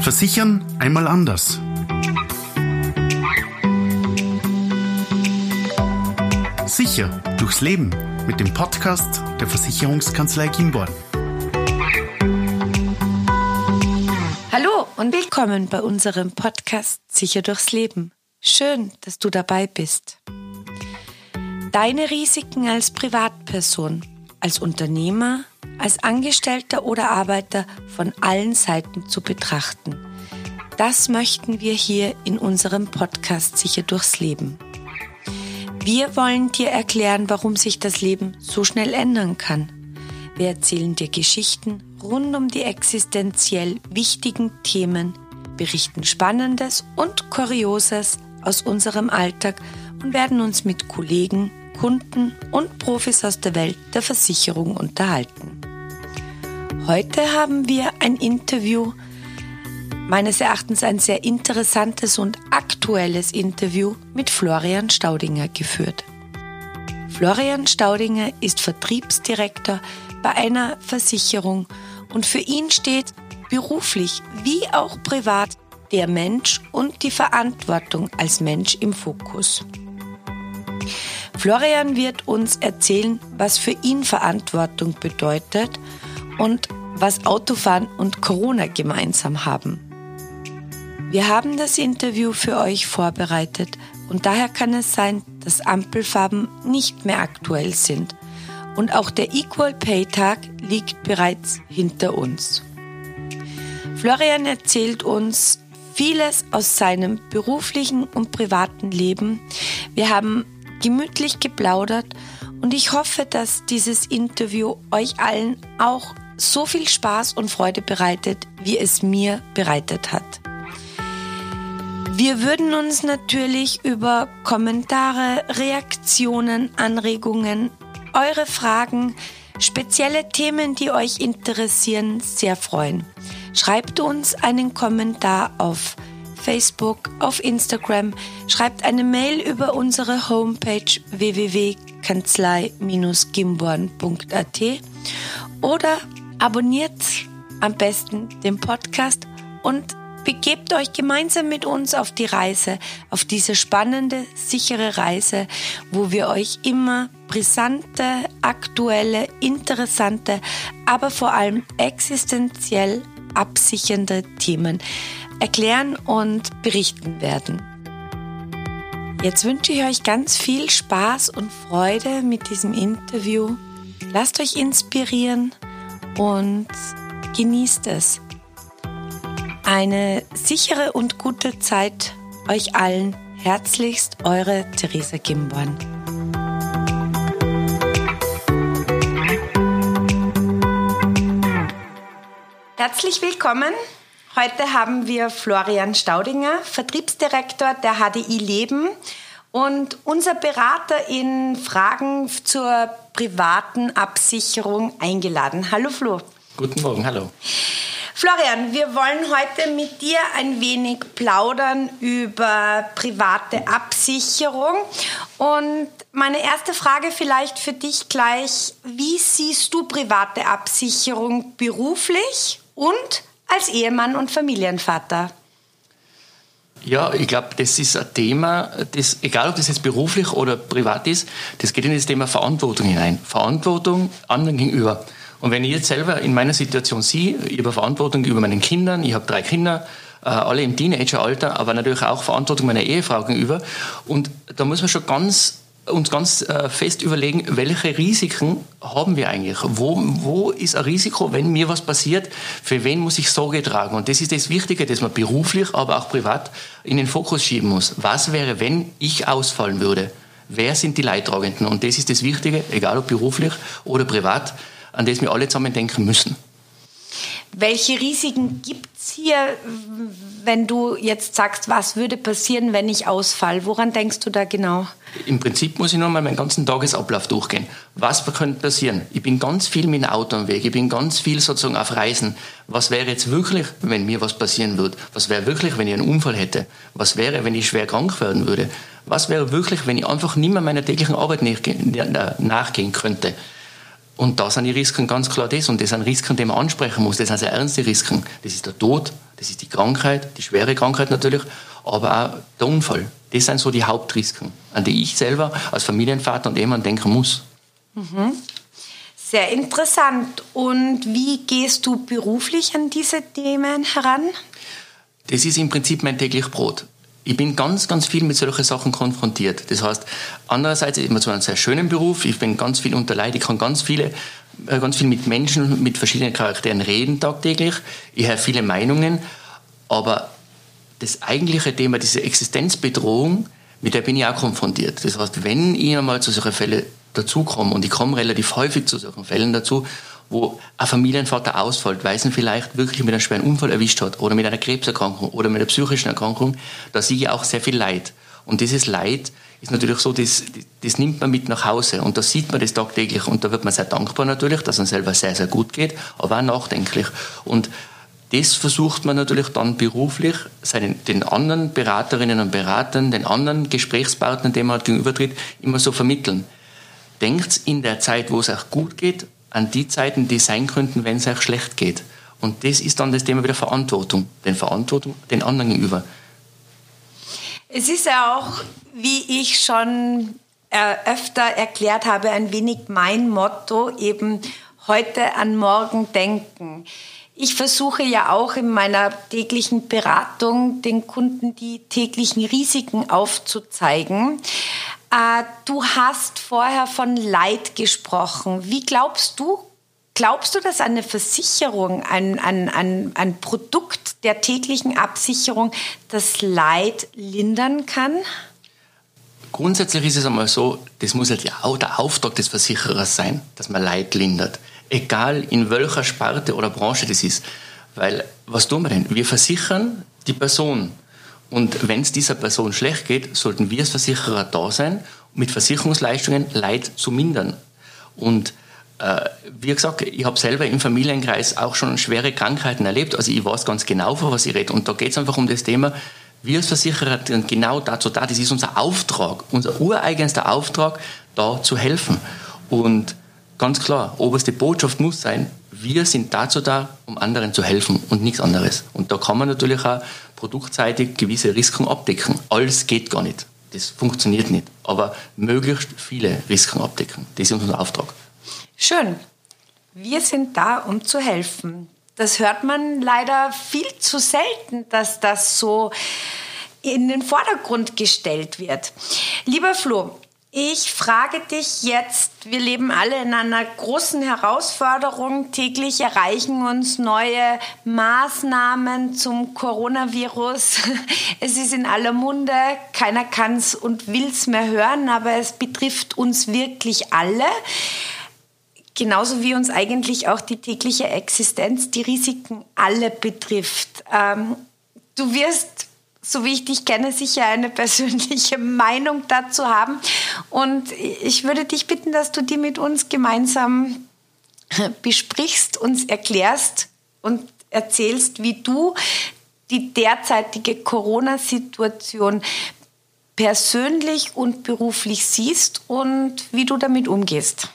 Versichern einmal anders. Sicher durchs Leben mit dem Podcast der Versicherungskanzlei Gimborn. Hallo und willkommen bei unserem Podcast Sicher durchs Leben. Schön, dass du dabei bist. Deine Risiken als Privatperson, als Unternehmer, als Angestellter oder Arbeiter von allen Seiten zu betrachten. Das möchten wir hier in unserem Podcast Sicher durchs Leben. Wir wollen dir erklären, warum sich das Leben so schnell ändern kann. Wir erzählen dir Geschichten rund um die existenziell wichtigen Themen, berichten Spannendes und Kurioses aus unserem Alltag und werden uns mit Kollegen, Kunden und Profis aus der Welt der Versicherung unterhalten. Heute haben wir ein Interview, meines Erachtens ein sehr interessantes und aktuelles Interview mit Florian Staudinger geführt. Florian Staudinger ist Vertriebsdirektor bei einer Versicherung und für ihn steht beruflich wie auch privat der Mensch und die Verantwortung als Mensch im Fokus. Florian wird uns erzählen, was für ihn Verantwortung bedeutet und was Autofahren und Corona gemeinsam haben. Wir haben das Interview für euch vorbereitet und daher kann es sein, dass Ampelfarben nicht mehr aktuell sind und auch der Equal Pay Tag liegt bereits hinter uns. Florian erzählt uns vieles aus seinem beruflichen und privaten Leben. Wir haben gemütlich geplaudert und ich hoffe, dass dieses Interview euch allen auch so viel Spaß und Freude bereitet, wie es mir bereitet hat. Wir würden uns natürlich über Kommentare, Reaktionen, Anregungen, eure Fragen, spezielle Themen, die euch interessieren, sehr freuen. Schreibt uns einen Kommentar auf Facebook, auf Instagram, schreibt eine Mail über unsere Homepage www.kanzlei-gimborn.at oder abonniert am besten den Podcast und begebt euch gemeinsam mit uns auf die Reise, auf diese spannende, sichere Reise, wo wir euch immer brisante, aktuelle, interessante, aber vor allem existenziell absichernde Themen erklären und berichten werden. Jetzt wünsche ich euch ganz viel Spaß und Freude mit diesem Interview. Lasst euch inspirieren und genießt es. Eine sichere und gute Zeit euch allen. Herzlichst, eure Theresa Gimborn. Herzlich willkommen. Heute haben wir Florian Staudinger, Vertriebsdirektor der HDI Leben und unser Berater in Fragen zur privaten Absicherung eingeladen. Hallo Flo. Guten Morgen, hallo. Florian, wir wollen heute mit dir ein wenig plaudern über private Absicherung. Und meine erste Frage vielleicht für dich gleich, wie siehst du private Absicherung beruflich und als Ehemann und Familienvater? Ja, ich glaube, das ist ein Thema, das, egal ob das jetzt beruflich oder privat ist, das geht in das Thema Verantwortung hinein. Verantwortung anderen gegenüber. Und wenn ich jetzt selber in meiner Situation sehe, ich habe Verantwortung gegenüber meinen Kindern, ich habe 3 Kinder, alle im Teenageralter, aber natürlich auch Verantwortung meiner Ehefrau gegenüber. Und da muss man schon uns ganz fest überlegen, welche Risiken haben wir eigentlich? Wo ist ein Risiko, wenn mir was passiert? Für wen muss ich Sorge tragen? Und das ist das Wichtige, dass man beruflich, aber auch privat in den Fokus schieben muss. Was wäre, wenn ich ausfallen würde? Wer sind die Leidtragenden? Und das ist das Wichtige, egal ob beruflich oder privat, an das wir alle zusammen denken müssen. Welche Risiken gibt es hier, wenn du jetzt sagst, was würde passieren, wenn ich ausfall? Woran denkst du da genau? Im Prinzip muss ich nur mal meinen ganzen Tagesablauf durchgehen. Was könnte passieren? Ich bin ganz viel mit dem Auto am Weg, ich bin ganz viel sozusagen auf Reisen. Was wäre jetzt wirklich, wenn mir was passieren würde? Was wäre wirklich, wenn ich einen Unfall hätte? Was wäre, wenn ich schwer krank werden würde? Was wäre wirklich, wenn ich einfach nicht mehr meiner täglichen Arbeit nachgehen könnte? Und da sind die Risiken ganz klar das. Und das sind Risiken, die man ansprechen muss. Das sind sehr ernste Risiken. Das ist der Tod, Das ist die Krankheit, die schwere Krankheit natürlich, aber auch der Unfall. Das sind so die Hauptrisiken, an die ich selber als Familienvater und Ehemann denken muss. Sehr interessant. Und wie gehst du beruflich an diese Themen heran? Das ist im Prinzip mein tägliches Brot. Ich bin ganz, ganz viel mit solchen Sachen konfrontiert. Das heißt, andererseits ist es einen sehr schönen Beruf. Ich bin ganz viel unter Leid. Ich kann ganz viel mit Menschen, mit verschiedenen Charakteren reden tagtäglich. Ich höre viele Meinungen. Aber das eigentliche Thema, diese Existenzbedrohung, mit der bin ich auch konfrontiert. Das heißt, wenn ich einmal zu solchen Fällen dazukomme, und ich komme relativ häufig zu solchen Fällen dazu, wo ein Familienvater ausfällt, weil es ihn vielleicht wirklich mit einem schweren Unfall erwischt hat oder mit einer Krebserkrankung oder mit einer psychischen Erkrankung, da sehe ich auch sehr viel Leid. Und dieses Leid ist natürlich so, das nimmt man mit nach Hause und da sieht man das tagtäglich und da wird man sehr dankbar natürlich, dass es einem selber sehr, sehr gut geht, aber auch nachdenklich. Und das versucht man natürlich dann beruflich, den anderen Beraterinnen und Beratern, den anderen Gesprächspartnern, denen man halt gegenübertritt, immer so vermitteln. Denkt in der Zeit, wo es euch gut geht, an die Zeiten, die sein könnten, wenn es euch schlecht geht. Und das ist dann das Thema wieder Verantwortung. Denn Verantwortung den anderen gegenüber. Es ist ja auch, wie ich schon öfter erklärt habe, ein wenig mein Motto, eben heute an morgen denken. Ich versuche ja auch in meiner täglichen Beratung den Kunden die täglichen Risiken aufzuzeigen. Du hast vorher von Leid gesprochen. Wie glaubst du, dass eine Versicherung, ein Produkt der täglichen Absicherung das Leid lindern kann? Grundsätzlich ist es einmal so, das muss halt auch der Auftrag des Versicherers sein, dass man Leid lindert. Egal in welcher Sparte oder Branche das ist. Weil, was tun wir denn? Wir versichern die Person. Und wenn es dieser Person schlecht geht, sollten wir als Versicherer da sein, um mit Versicherungsleistungen Leid zu mindern. Und wie gesagt, ich habe selber im Familienkreis auch schon schwere Krankheiten erlebt. Also ich weiß ganz genau, von was ich rede. Und da geht es einfach um das Thema, wir als Versicherer sind genau dazu da. Das ist unser Auftrag, unser ureigenster Auftrag, da zu helfen. Und ganz klar, oberste Botschaft muss sein, wir sind dazu da, um anderen zu helfen und nichts anderes. Und da kann man natürlich auch produktseitig gewisse Risiken abdecken. Alles geht gar nicht. Das funktioniert nicht. Aber möglichst viele Risiken abdecken. Das ist unser Auftrag. Schön. Wir sind da, um zu helfen. Das hört man leider viel zu selten, dass das so in den Vordergrund gestellt wird. Lieber Flo, ich frage dich jetzt, wir leben alle in einer großen Herausforderung. Täglich erreichen uns neue Maßnahmen zum Coronavirus. Es ist in aller Munde, keiner kann es und will es mehr hören, aber es betrifft uns wirklich alle. Genauso wie uns eigentlich auch die tägliche Existenz, die Risiken alle betrifft. Du wirst, so wie ich dich kenne, sicher eine persönliche Meinung dazu haben. Und ich würde dich bitten, dass du die mit uns gemeinsam besprichst, uns erklärst und erzählst, wie du die derzeitige Corona-Situation persönlich und beruflich siehst und wie du damit umgehst.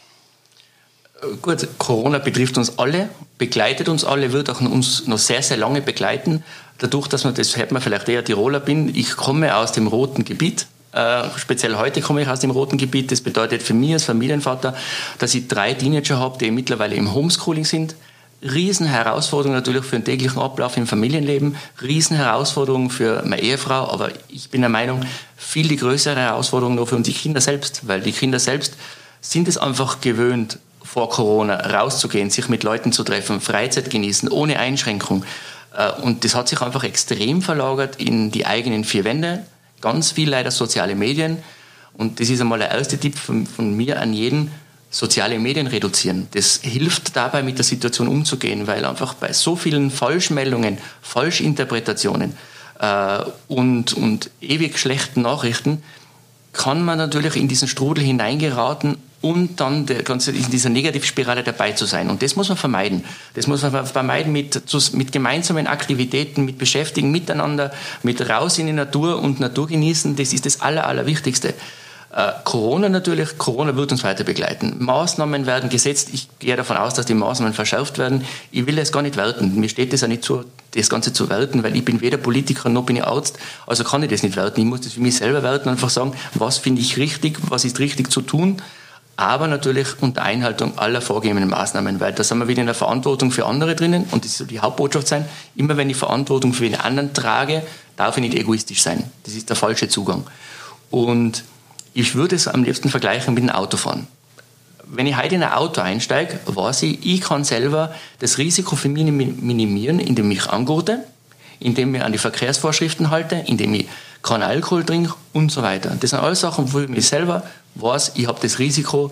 Gut, Corona betrifft uns alle, begleitet uns alle, wird auch uns noch sehr, sehr lange begleiten. Dadurch, dass das hört man vielleicht eher Tiroler bin, ich komme aus dem roten Gebiet. Speziell heute komme ich aus dem roten Gebiet. Das bedeutet für mich als Familienvater, dass ich 3 Teenager habe, die mittlerweile im Homeschooling sind. Riesenherausforderung natürlich für den täglichen Ablauf im Familienleben, Riesenherausforderung für meine Ehefrau, aber ich bin der Meinung, viel die größere Herausforderung noch für die Kinder selbst, weil die Kinder selbst sind es einfach gewöhnt, vor Corona rauszugehen, sich mit Leuten zu treffen, Freizeit genießen, ohne Einschränkung. Und das hat sich einfach extrem verlagert in die eigenen 4 Wände, ganz viel leider soziale Medien. Und das ist einmal der erste Tipp von mir an jeden, soziale Medien reduzieren. Das hilft dabei, mit der Situation umzugehen, weil einfach bei so vielen Falschmeldungen, Falschinterpretationen und ewig schlechten Nachrichten kann man natürlich in diesen Strudel hineingeraten und dann in dieser Negativspirale dabei zu sein. Und das muss man vermeiden. Das muss man vermeiden mit gemeinsamen Aktivitäten, mit Beschäftigen miteinander, mit raus in die Natur und Natur genießen. Das ist das Allerwichtigste. Corona wird uns weiter begleiten. Maßnahmen werden gesetzt. Ich gehe davon aus, dass die Maßnahmen verschärft werden. Ich will es gar nicht werten. Mir steht es ja nicht zu, das Ganze zu werten, weil ich bin weder Politiker noch bin ich Arzt. Also kann ich das nicht werten. Ich muss das für mich selber werten und einfach sagen, was finde ich richtig, was ist richtig zu tun. Aber natürlich unter Einhaltung aller vorgegebenen Maßnahmen, weil da sind wir wieder in der Verantwortung für andere drinnen und das soll die Hauptbotschaft sein. Immer wenn ich Verantwortung für den anderen trage, darf ich nicht egoistisch sein. Das ist der falsche Zugang. Und ich würde es am liebsten vergleichen mit dem Autofahren. Wenn ich heute in ein Auto einsteige, weiß ich kann selber das Risiko für mich minimieren, indem ich angurte, indem ich an die Verkehrsvorschriften halte, indem ich keinen Alkohol trinke und so weiter. Das sind alles Sachen, wo ich mich selber weiß, ich habe das Risiko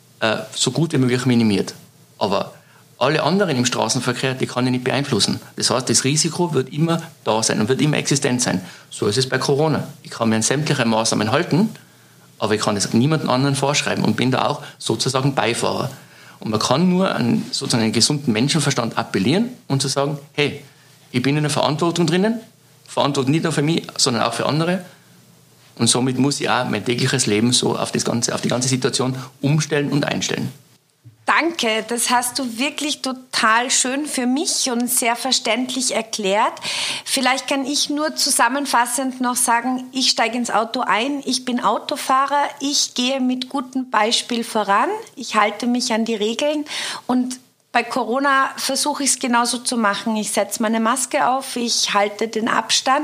so gut wie möglich minimiert. Aber alle anderen im Straßenverkehr, die kann ich nicht beeinflussen. Das heißt, das Risiko wird immer da sein und wird immer existent sein. So ist es bei Corona. Ich kann mir an sämtliche Maßnahmen halten, aber ich kann es niemandem anderen vorschreiben und bin da auch sozusagen Beifahrer. Und man kann nur an sozusagen einen gesunden Menschenverstand appellieren und zu sagen, hey, ich bin in der Verantwortung drinnen, Verantwortung nicht nur für mich, sondern auch für andere. Und somit muss ich auch mein tägliches Leben so auf die ganze Situation umstellen und einstellen. Danke, das hast du wirklich total schön für mich und sehr verständlich erklärt. Vielleicht kann ich nur zusammenfassend noch sagen, ich steige ins Auto ein, ich bin Autofahrer, ich gehe mit gutem Beispiel voran, ich halte mich an die Regeln und bei Corona versuche ich es genauso zu machen. Ich setze meine Maske auf, ich halte den Abstand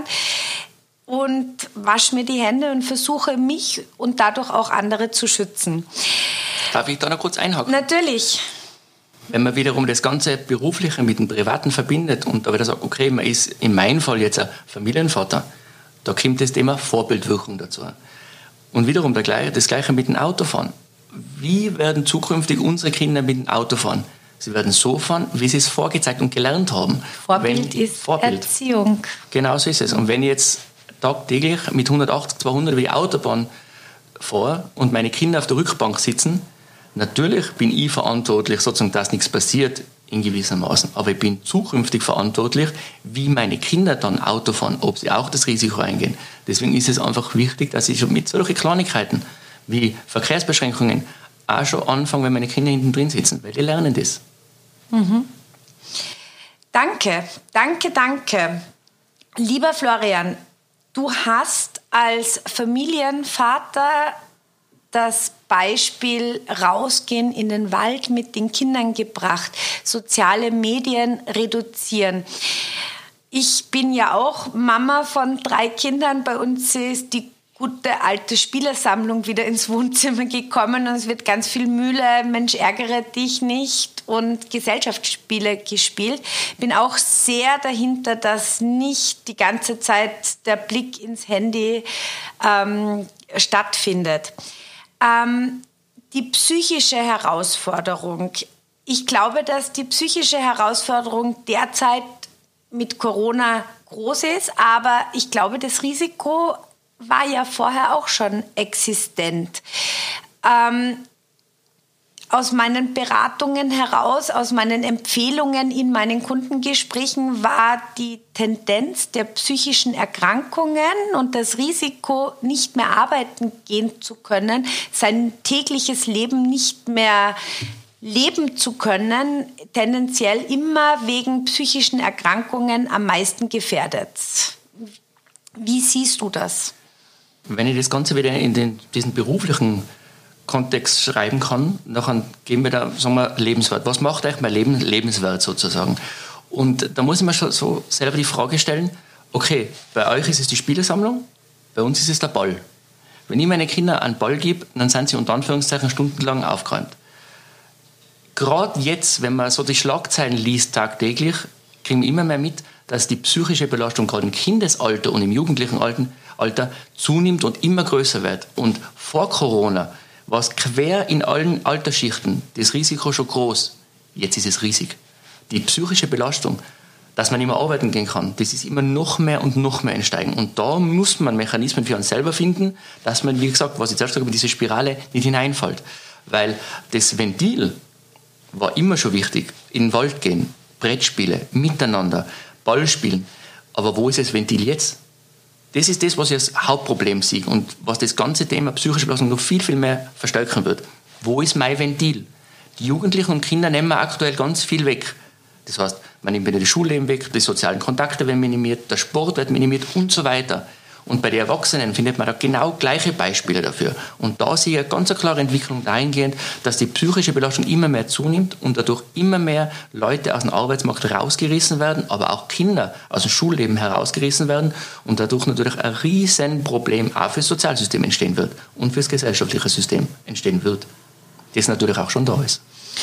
und wasche mir die Hände und versuche mich und dadurch auch andere zu schützen. Darf ich da noch kurz einhaken? Natürlich. Wenn man wiederum das ganze Berufliche mit dem Privaten verbindet und da wieder sagt, okay, man ist in meinem Fall jetzt ein Familienvater, da kommt das Thema Vorbildwirkung dazu. Und wiederum das Gleiche mit dem Autofahren. Wie werden zukünftig unsere Kinder mit dem Auto fahren? Sie werden so fahren, wie sie es vorgezeigt und gelernt haben. Vorbild ist Erziehung. Genau so ist es. Und wenn ich jetzt tagtäglich mit 180, 200 über die Autobahn fahre und meine Kinder auf der Rückbank sitzen, natürlich bin ich verantwortlich, sozusagen, dass nichts passiert in gewissermaßen. Aber ich bin zukünftig verantwortlich, wie meine Kinder dann Auto fahren, ob sie auch das Risiko eingehen. Deswegen ist es einfach wichtig, dass ich schon mit solchen Kleinigkeiten wie Verkehrsbeschränkungen auch schon anfange, wenn meine Kinder hinten drin sitzen, weil die lernen das. Mhm. Danke. Lieber Florian, du hast als Familienvater das Beispiel rausgehen in den Wald mit den Kindern gebracht, soziale Medien reduzieren. Ich bin ja auch Mama von 3 Kindern. Bei uns ist die gute alte Spielersammlung wieder ins Wohnzimmer gekommen und es wird ganz viel Mühle, Mensch, ärgere dich nicht und Gesellschaftsspiele gespielt. Bin auch sehr dahinter, dass nicht die ganze Zeit der Blick ins Handy stattfindet. Die psychische Herausforderung. Ich glaube, dass die psychische Herausforderung derzeit mit Corona groß ist, aber ich glaube, das Risiko war ja vorher auch schon existent. Aus meinen Beratungen heraus, aus meinen Empfehlungen in meinen Kundengesprächen war die Tendenz der psychischen Erkrankungen und das Risiko, nicht mehr arbeiten gehen zu können, sein tägliches Leben nicht mehr leben zu können, tendenziell immer wegen psychischen Erkrankungen am meisten gefährdet. Wie siehst du das? Wenn ich das Ganze wieder in diesen beruflichen Kontext schreiben kann, dann geben wir da, sagen wir, lebenswert. Was macht eigentlich mein Leben lebenswert sozusagen? Und da muss ich mir schon so selber die Frage stellen, okay, bei euch ist es die Spielesammlung, bei uns ist es der Ball. Wenn ich meine Kinder einen Ball gebe, dann sind sie unter Anführungszeichen stundenlang aufgeräumt. Gerade jetzt, wenn man so die Schlagzeilen liest tagtäglich, kriegen wir immer mehr mit, dass die psychische Belastung gerade im Kindesalter und im jugendlichen Alter zunimmt und immer größer wird. Und vor Corona war es quer in allen Altersschichten das Risiko schon groß. Jetzt ist es riesig. Die psychische Belastung, dass man nicht mehr arbeiten gehen kann, das ist immer noch mehr und noch mehr entsteigen. Und da muss man Mechanismen für uns selber finden, dass man, wie gesagt, was ich zuerst gesagt habe, in diese Spirale nicht hineinfällt. Weil das Ventil war immer schon wichtig. In den Wald gehen, Brettspiele, miteinander, Ball spielen. Aber wo ist das Ventil jetzt? Das ist das, was ich als Hauptproblem sehe und was das ganze Thema psychische Belastung noch viel, viel mehr verstärken wird. Wo ist mein Ventil? Die Jugendlichen und Kinder nehmen aktuell ganz viel weg. Das heißt, man nimmt das Schulleben weg, die sozialen Kontakte werden minimiert, der Sport wird minimiert und so weiter. Und bei den Erwachsenen findet man da genau gleiche Beispiele dafür. Und da sehe ich eine ganz klare Entwicklung dahingehend, dass die psychische Belastung immer mehr zunimmt und dadurch immer mehr Leute aus dem Arbeitsmarkt rausgerissen werden, aber auch Kinder aus dem Schulleben herausgerissen werden und dadurch natürlich ein Riesenproblem auch für das Sozialsystem entstehen wird und für das gesellschaftliche System entstehen wird, das natürlich auch schon da ist.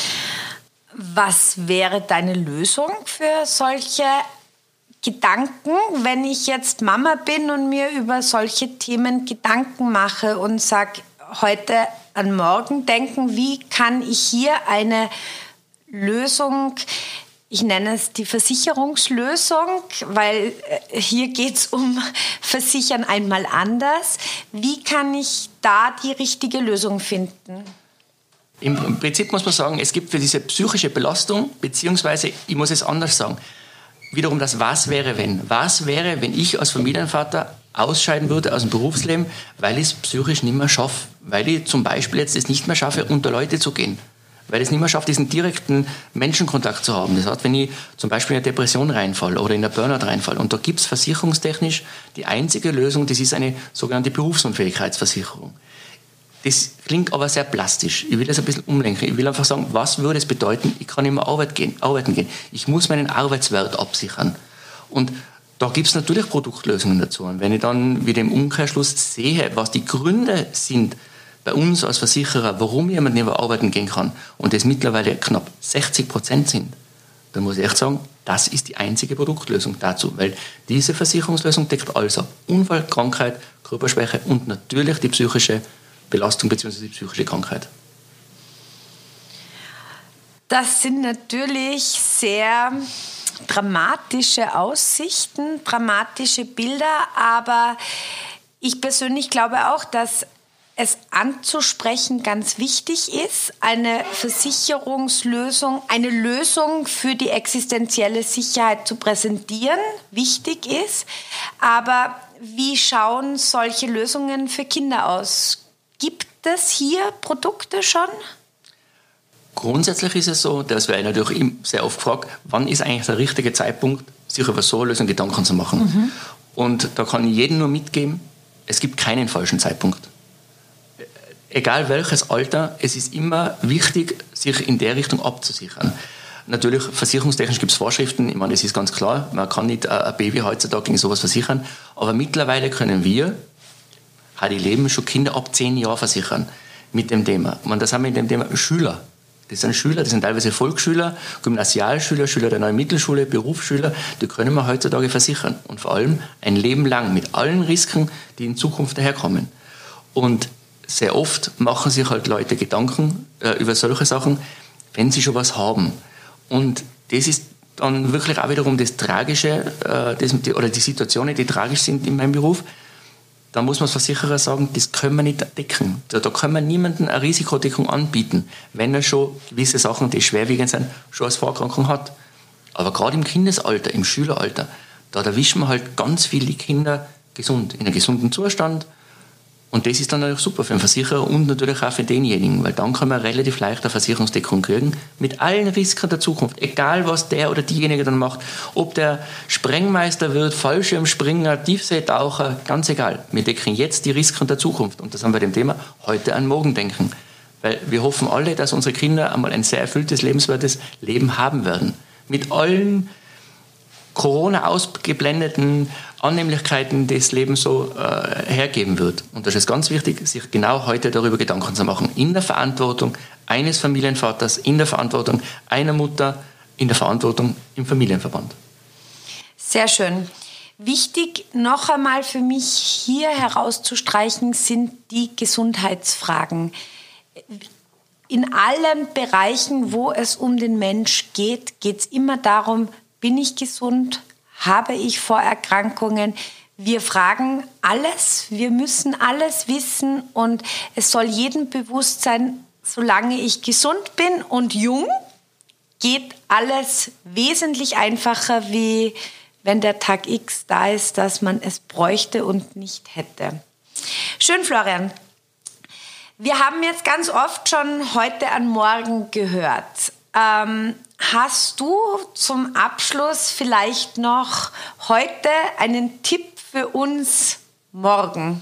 Was wäre deine Lösung für solche Gedanken, wenn ich jetzt Mama bin und mir über solche Themen Gedanken mache und sage, heute an morgen denken, wie kann ich hier eine Lösung, ich nenne es die Versicherungslösung, weil hier geht es um Versichern einmal anders. Wie kann ich da die richtige Lösung finden? Im Prinzip muss man sagen, es gibt für diese psychische Belastung, beziehungsweise, ich muss es anders sagen, wiederum das Was wäre, wenn. Was wäre, wenn ich als Familienvater ausscheiden würde aus dem Berufsleben, weil ich es psychisch nicht mehr schaffe, weil ich zum Beispiel jetzt es nicht mehr schaffe, unter Leute zu gehen, weil ich es nicht mehr schaffe, diesen direkten Menschenkontakt zu haben. Das heißt, wenn ich zum Beispiel in eine Depression reinfalle oder in eine Burnout reinfalle und da gibt es versicherungstechnisch die einzige Lösung, das ist eine sogenannte Berufsunfähigkeitsversicherung. Das klingt aber sehr plastisch. Ich will das ein bisschen umlenken. Ich will einfach sagen, was würde es bedeuten, ich kann nicht mehr arbeiten gehen. Ich muss meinen Arbeitswert absichern. Und da gibt es natürlich Produktlösungen dazu. Und wenn ich dann wieder im Umkehrschluss sehe, was die Gründe sind bei uns als Versicherer, warum jemand nicht mehr arbeiten gehen kann, und das mittlerweile knapp 60% sind, dann muss ich echt sagen, das ist die einzige Produktlösung dazu. Weil diese Versicherungslösung deckt alles ab. Unfall, Krankheit, Körperschwäche und natürlich die psychische Belastung bzw. die psychische Krankheit. Das sind natürlich sehr dramatische Aussichten, dramatische Bilder, aber ich persönlich glaube auch, dass es anzusprechen ganz wichtig ist, eine Versicherungslösung, eine Lösung für die existenzielle Sicherheit zu präsentieren, wichtig ist. Aber wie schauen solche Lösungen für Kinder aus? Gibt es hier Produkte schon? Grundsätzlich ist es so, dass wir natürlich sehr oft gefragt, wann ist eigentlich der richtige Zeitpunkt, sich über so eine Lösung Gedanken zu machen. Mhm. Und da kann ich jedem nur mitgeben, es gibt keinen falschen Zeitpunkt. Egal welches Alter, es ist immer wichtig, sich in der Richtung abzusichern. Natürlich, versicherungstechnisch gibt es Vorschriften, ich meine, das ist ganz klar, man kann nicht ein Baby heutzutage gegen sowas versichern, aber mittlerweile können wir, die leben schon Kinder ab 10 Jahren versichern mit dem Thema. Und das haben wir in dem Thema Schüler. Das sind Schüler, das sind teilweise Volksschüler, Gymnasialschüler, Schüler der neuen Mittelschule, Berufsschüler, die können wir heutzutage versichern. Und vor allem ein Leben lang mit allen Risiken, die in Zukunft daherkommen. Und sehr oft machen sich halt Leute Gedanken über solche Sachen, wenn sie schon was haben. Und das ist dann wirklich auch wiederum das Tragische, oder die Situationen, die tragisch sind in meinem Beruf. Da muss man als Versicherer sagen, das können wir nicht decken. Da können wir niemandem eine Risikodeckung anbieten, wenn er schon gewisse Sachen, die schwerwiegend sind, schon als Vorerkrankung hat. Aber gerade im Kindesalter, im Schüleralter, da erwischen wir halt ganz viele Kinder gesund, in einem gesunden Zustand. Und das ist dann natürlich super für den Versicherer und natürlich auch für denjenigen, weil dann kann man relativ leicht eine Versicherungsdeckung kriegen mit allen Risiken der Zukunft, egal was der oder diejenige dann macht, ob der Sprengmeister wird, Fallschirmspringer, Tiefseetaucher, ganz egal. Wir decken jetzt die Risiken der Zukunft und das haben wir dem Thema heute an morgen denken, weil wir hoffen alle, dass unsere Kinder einmal ein sehr erfülltes, lebenswertes Leben haben werden. Mit allen Corona ausgeblendeten Annehmlichkeiten des Lebens so hergeben wird. Und das ist ganz wichtig, sich genau heute darüber Gedanken zu machen. In der Verantwortung eines Familienvaters, in der Verantwortung einer Mutter, in der Verantwortung im Familienverband. Sehr schön. Wichtig noch einmal für mich hier herauszustreichen sind die Gesundheitsfragen. In allen Bereichen, wo es um den Mensch geht, geht es immer darum, bin ich gesund? Habe ich Vorerkrankungen? Wir fragen alles, wir müssen alles wissen und es soll jedem bewusst sein, solange ich gesund bin und jung, geht alles wesentlich einfacher wie wenn der Tag X da ist, dass man es bräuchte und nicht hätte. Schön, Florian. Wir haben jetzt ganz oft schon heute an morgen gehört. Hast du zum Abschluss vielleicht noch heute einen Tipp für uns morgen?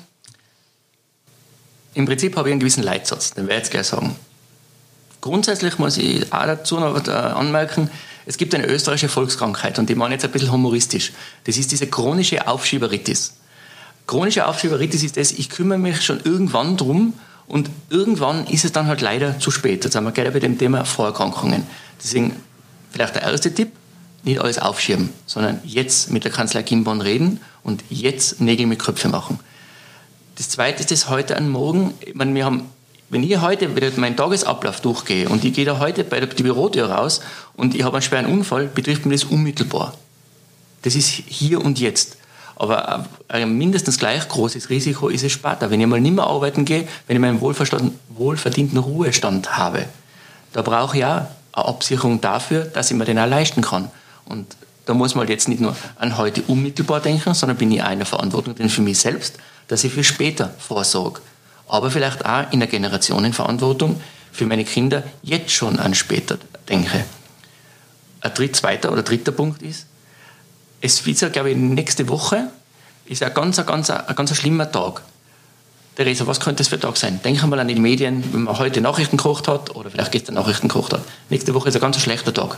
Im Prinzip habe ich einen gewissen Leitsatz, den werde ich jetzt gleich sagen. Grundsätzlich muss ich auch dazu noch anmerken, es gibt eine österreichische Volkskrankheit und die meine ich jetzt ein bisschen humoristisch. Das ist diese chronische Aufschieberitis. Chronische Aufschieberitis ist das, ich kümmere mich schon irgendwann drum und irgendwann ist es dann halt leider zu spät. Jetzt sind wir gleich bei dem Thema Vorerkrankungen. Deswegen vielleicht der erste Tipp, nicht alles aufschieben, sondern jetzt mit der Kanzlei Kimborn reden und jetzt Nägel mit Köpfen machen. Das zweite ist das heute an morgen. Ich meine, wenn ich heute wieder meinen Tagesablauf durchgehe und ich gehe da heute bei der Bürotür raus und ich habe einen schweren Unfall, betrifft mich das unmittelbar. Das ist hier und jetzt. Aber ein mindestens gleich großes Risiko ist es später. Wenn ich mal nicht mehr arbeiten gehe, wenn ich meinen wohlverdienten Ruhestand habe, da brauche ich auch eine Absicherung dafür, dass ich mir den auch leisten kann. Und da muss man jetzt nicht nur an heute unmittelbar denken, sondern bin ich auch in der Verantwortung für mich selbst, dass ich für später vorsorge. Aber vielleicht auch in der Generationenverantwortung für meine Kinder jetzt schon an später denke. Ein zweiter oder dritter Punkt ist, es wird ja, glaube ich, nächste Woche ist ein ganz schlimmer Tag. Theresa, was könnte das für ein Tag sein? Denken wir mal an die Medien, wenn man heute Nachrichten gekocht hat oder vielleicht gestern Nachrichten gekocht hat. Nächste Woche ist ein ganz schlechter Tag.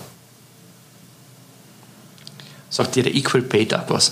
Sagt dir der Equal Pay Tag was?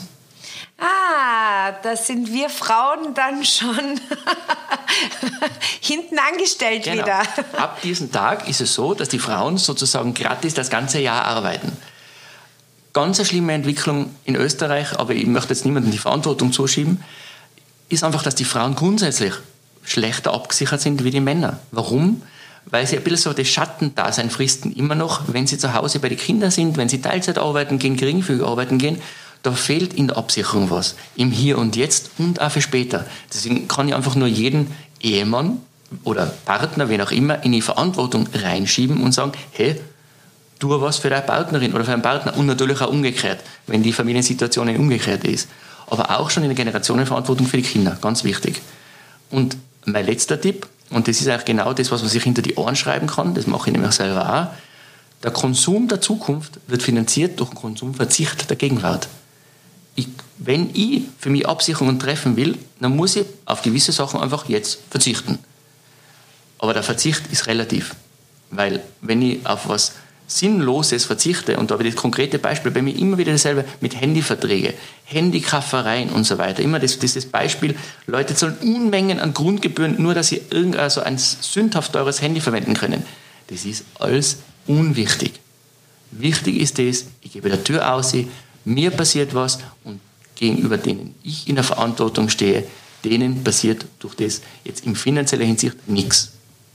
Da sind wir Frauen dann schon hinten angestellt genau. wieder. Ab diesem Tag ist es so, dass die Frauen sozusagen gratis das ganze Jahr arbeiten. Ganz eine schlimme Entwicklung in Österreich, aber ich möchte jetzt niemandem die Verantwortung zuschieben, ist einfach, dass die Frauen grundsätzlich schlechter abgesichert sind wie die Männer. Warum? Weil sie ein bisschen so das Schattendasein fristen. Immer noch, wenn sie zu Hause bei den Kindern sind, wenn sie Teilzeit arbeiten gehen, geringfügig arbeiten gehen, da fehlt in der Absicherung was. Im Hier und Jetzt und auch für später. Deswegen kann ich einfach nur jeden Ehemann oder Partner, wen auch immer, in die Verantwortung reinschieben und sagen, hey, tu was für deine Partnerin oder für einen Partner. Und natürlich auch umgekehrt, wenn die Familiensituation umgekehrt ist. Aber auch schon in der Generationenverantwortung für die Kinder. Ganz wichtig. Und mein letzter Tipp, und das ist eigentlich genau das, was man sich hinter die Ohren schreiben kann, das mache ich nämlich selber auch, der Konsum der Zukunft wird finanziert durch den Konsumverzicht der Gegenwart. Wenn ich für mich Absicherungen treffen will, dann muss ich auf gewisse Sachen einfach jetzt verzichten. Aber der Verzicht ist relativ. Weil wenn ich auf was Sinnloses verzichte, und da habe ich das konkrete Beispiel bei mir immer wieder dasselbe mit Handyverträge, Handykaffereien und so weiter. Immer das Beispiel, Leute zahlen Unmengen an Grundgebühren, nur dass sie irgendein so ein sündhaft teures Handy verwenden können. Das ist alles unwichtig. Wichtig ist das, ich gebe der Tür aus, mir passiert was und gegenüber denen ich in der Verantwortung stehe, denen passiert durch das jetzt in finanzieller Hinsicht nichts.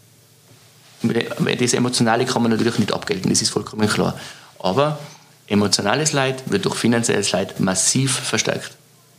Das Emotionale kann man natürlich nicht abgelten, das ist vollkommen klar. Aber emotionales Leid wird durch finanzielles Leid massiv verstärkt.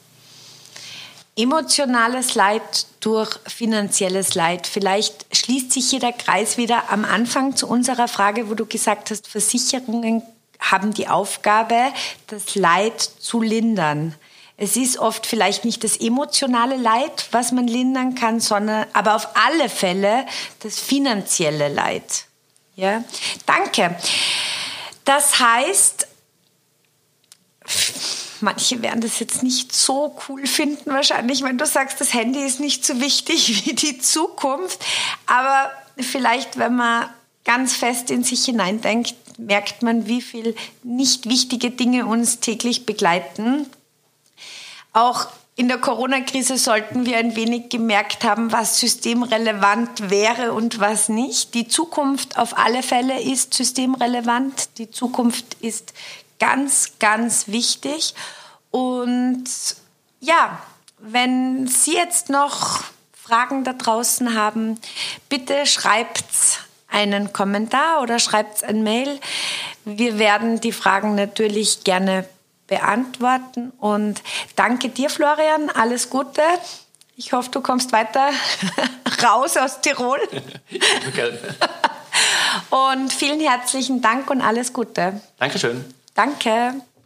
Emotionales Leid durch finanzielles Leid. Vielleicht schließt sich hier der Kreis wieder am Anfang zu unserer Frage, wo du gesagt hast, Versicherungen haben die Aufgabe, das Leid zu lindern. Es ist oft vielleicht nicht das emotionale Leid, was man lindern kann, sondern aber auf alle Fälle das finanzielle Leid. Ja? Danke. Das heißt, manche werden das jetzt nicht so cool finden wahrscheinlich, wenn du sagst, das Handy ist nicht so wichtig wie die Zukunft. Aber vielleicht, wenn man ganz fest in sich hineindenkt, merkt man, wie viel nicht wichtige Dinge uns täglich begleiten. Auch in der Corona-Krise sollten wir ein wenig gemerkt haben, was systemrelevant wäre und was nicht. Die Zukunft auf alle Fälle ist systemrelevant. Die Zukunft ist ganz, ganz wichtig. Und ja, wenn Sie jetzt noch Fragen da draußen haben, bitte schreibt's einen Kommentar oder schreibt ein Mail. Wir werden die Fragen natürlich gerne beantworten. Und danke dir, Florian. Alles Gute. Ich hoffe, du kommst weiter raus aus Tirol. Und vielen herzlichen Dank und alles Gute. Dankeschön. Danke.